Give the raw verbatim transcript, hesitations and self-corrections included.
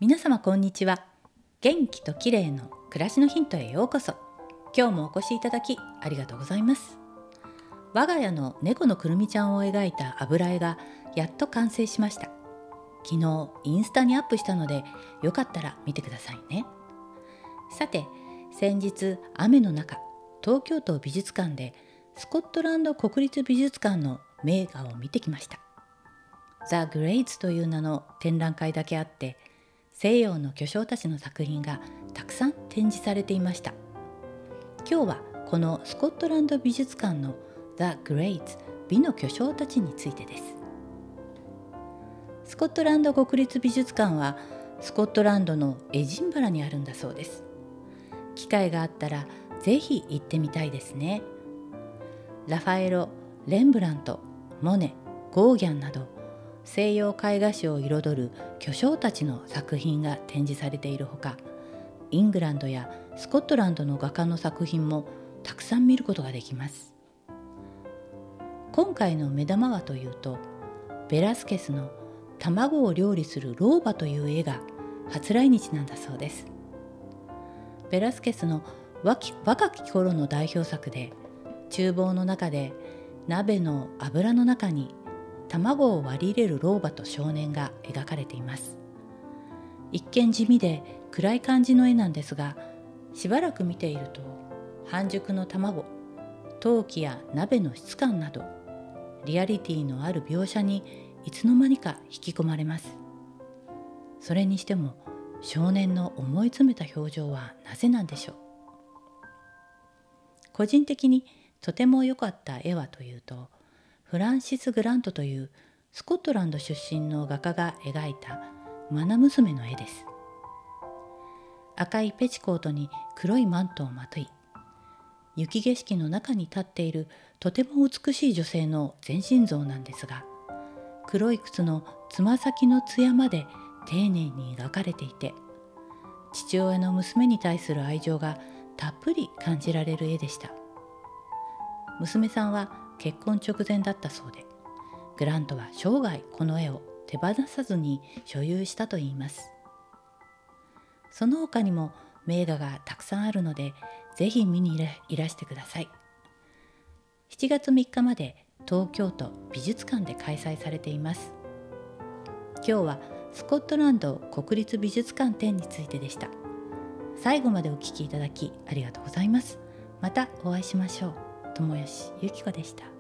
皆様こんにちは。元気と綺麗の暮らしのヒントへようこそ。今日もお越しいただきありがとうございます。我が家の猫のくるみちゃんを描いた油絵がやっと完成しました。昨日インスタにアップしたので、よかったら見てくださいね。さて、先日雨の中、東京都美術館でスコットランド国立美術館の名画を見てきました。ザ・グレイツという名の展覧会だけあって、西洋の巨匠たちの作品がたくさん展示されていました。今日はこのスコットランド美術館のザ・グレイツ美の巨匠たちについてです。スコットランド国立美術館はスコットランドのエジンバラにあるんだそうです。機会があったらぜひ行ってみたいですね。ラファエロ、レンブラント、モネ、ゴーギャンなど西洋絵画史を彩る巨匠たちの作品が展示されているほか、イングランドやスコットランドの画家の作品もたくさん見ることができます。今回の目玉はというと、ベラスケスの卵を料理する老婆という絵が初来日なんだそうです。ベラスケスの若き頃の代表作で、厨房の中で鍋の油の中に卵を割り入れる老婆と少年が描かれています。一見地味で暗い感じの絵なんですが、しばらく見ていると半熟の卵、陶器や鍋の質感などリアリティのある描写にいつの間にか引き込まれます。それにしても少年の思い詰めた表情はなぜなんでしょう。個人的にとても良かった絵はというと、フランシス・グラントというスコットランド出身の画家が描いたマナ娘の絵です。赤いペチコートに黒いマントをまとい、雪景色の中に立っているとても美しい女性の全身像なんですが、黒い靴のつま先の艶まで丁寧に描かれていて、父親の娘に対する愛情がたっぷり感じられる絵でした。娘さんは結婚直前だったそうで、グラントは生涯この絵を手放さずに所有したといいます。その他にも名画がたくさんあるので、ぜひ見にいらしてください。しちがつみっかまで東京都美術館で開催されています。今日はスコットランド国立美術館展についてでした。最後までお聞きいただきありがとうございます。またお会いしましょう。友吉ゆき子でした。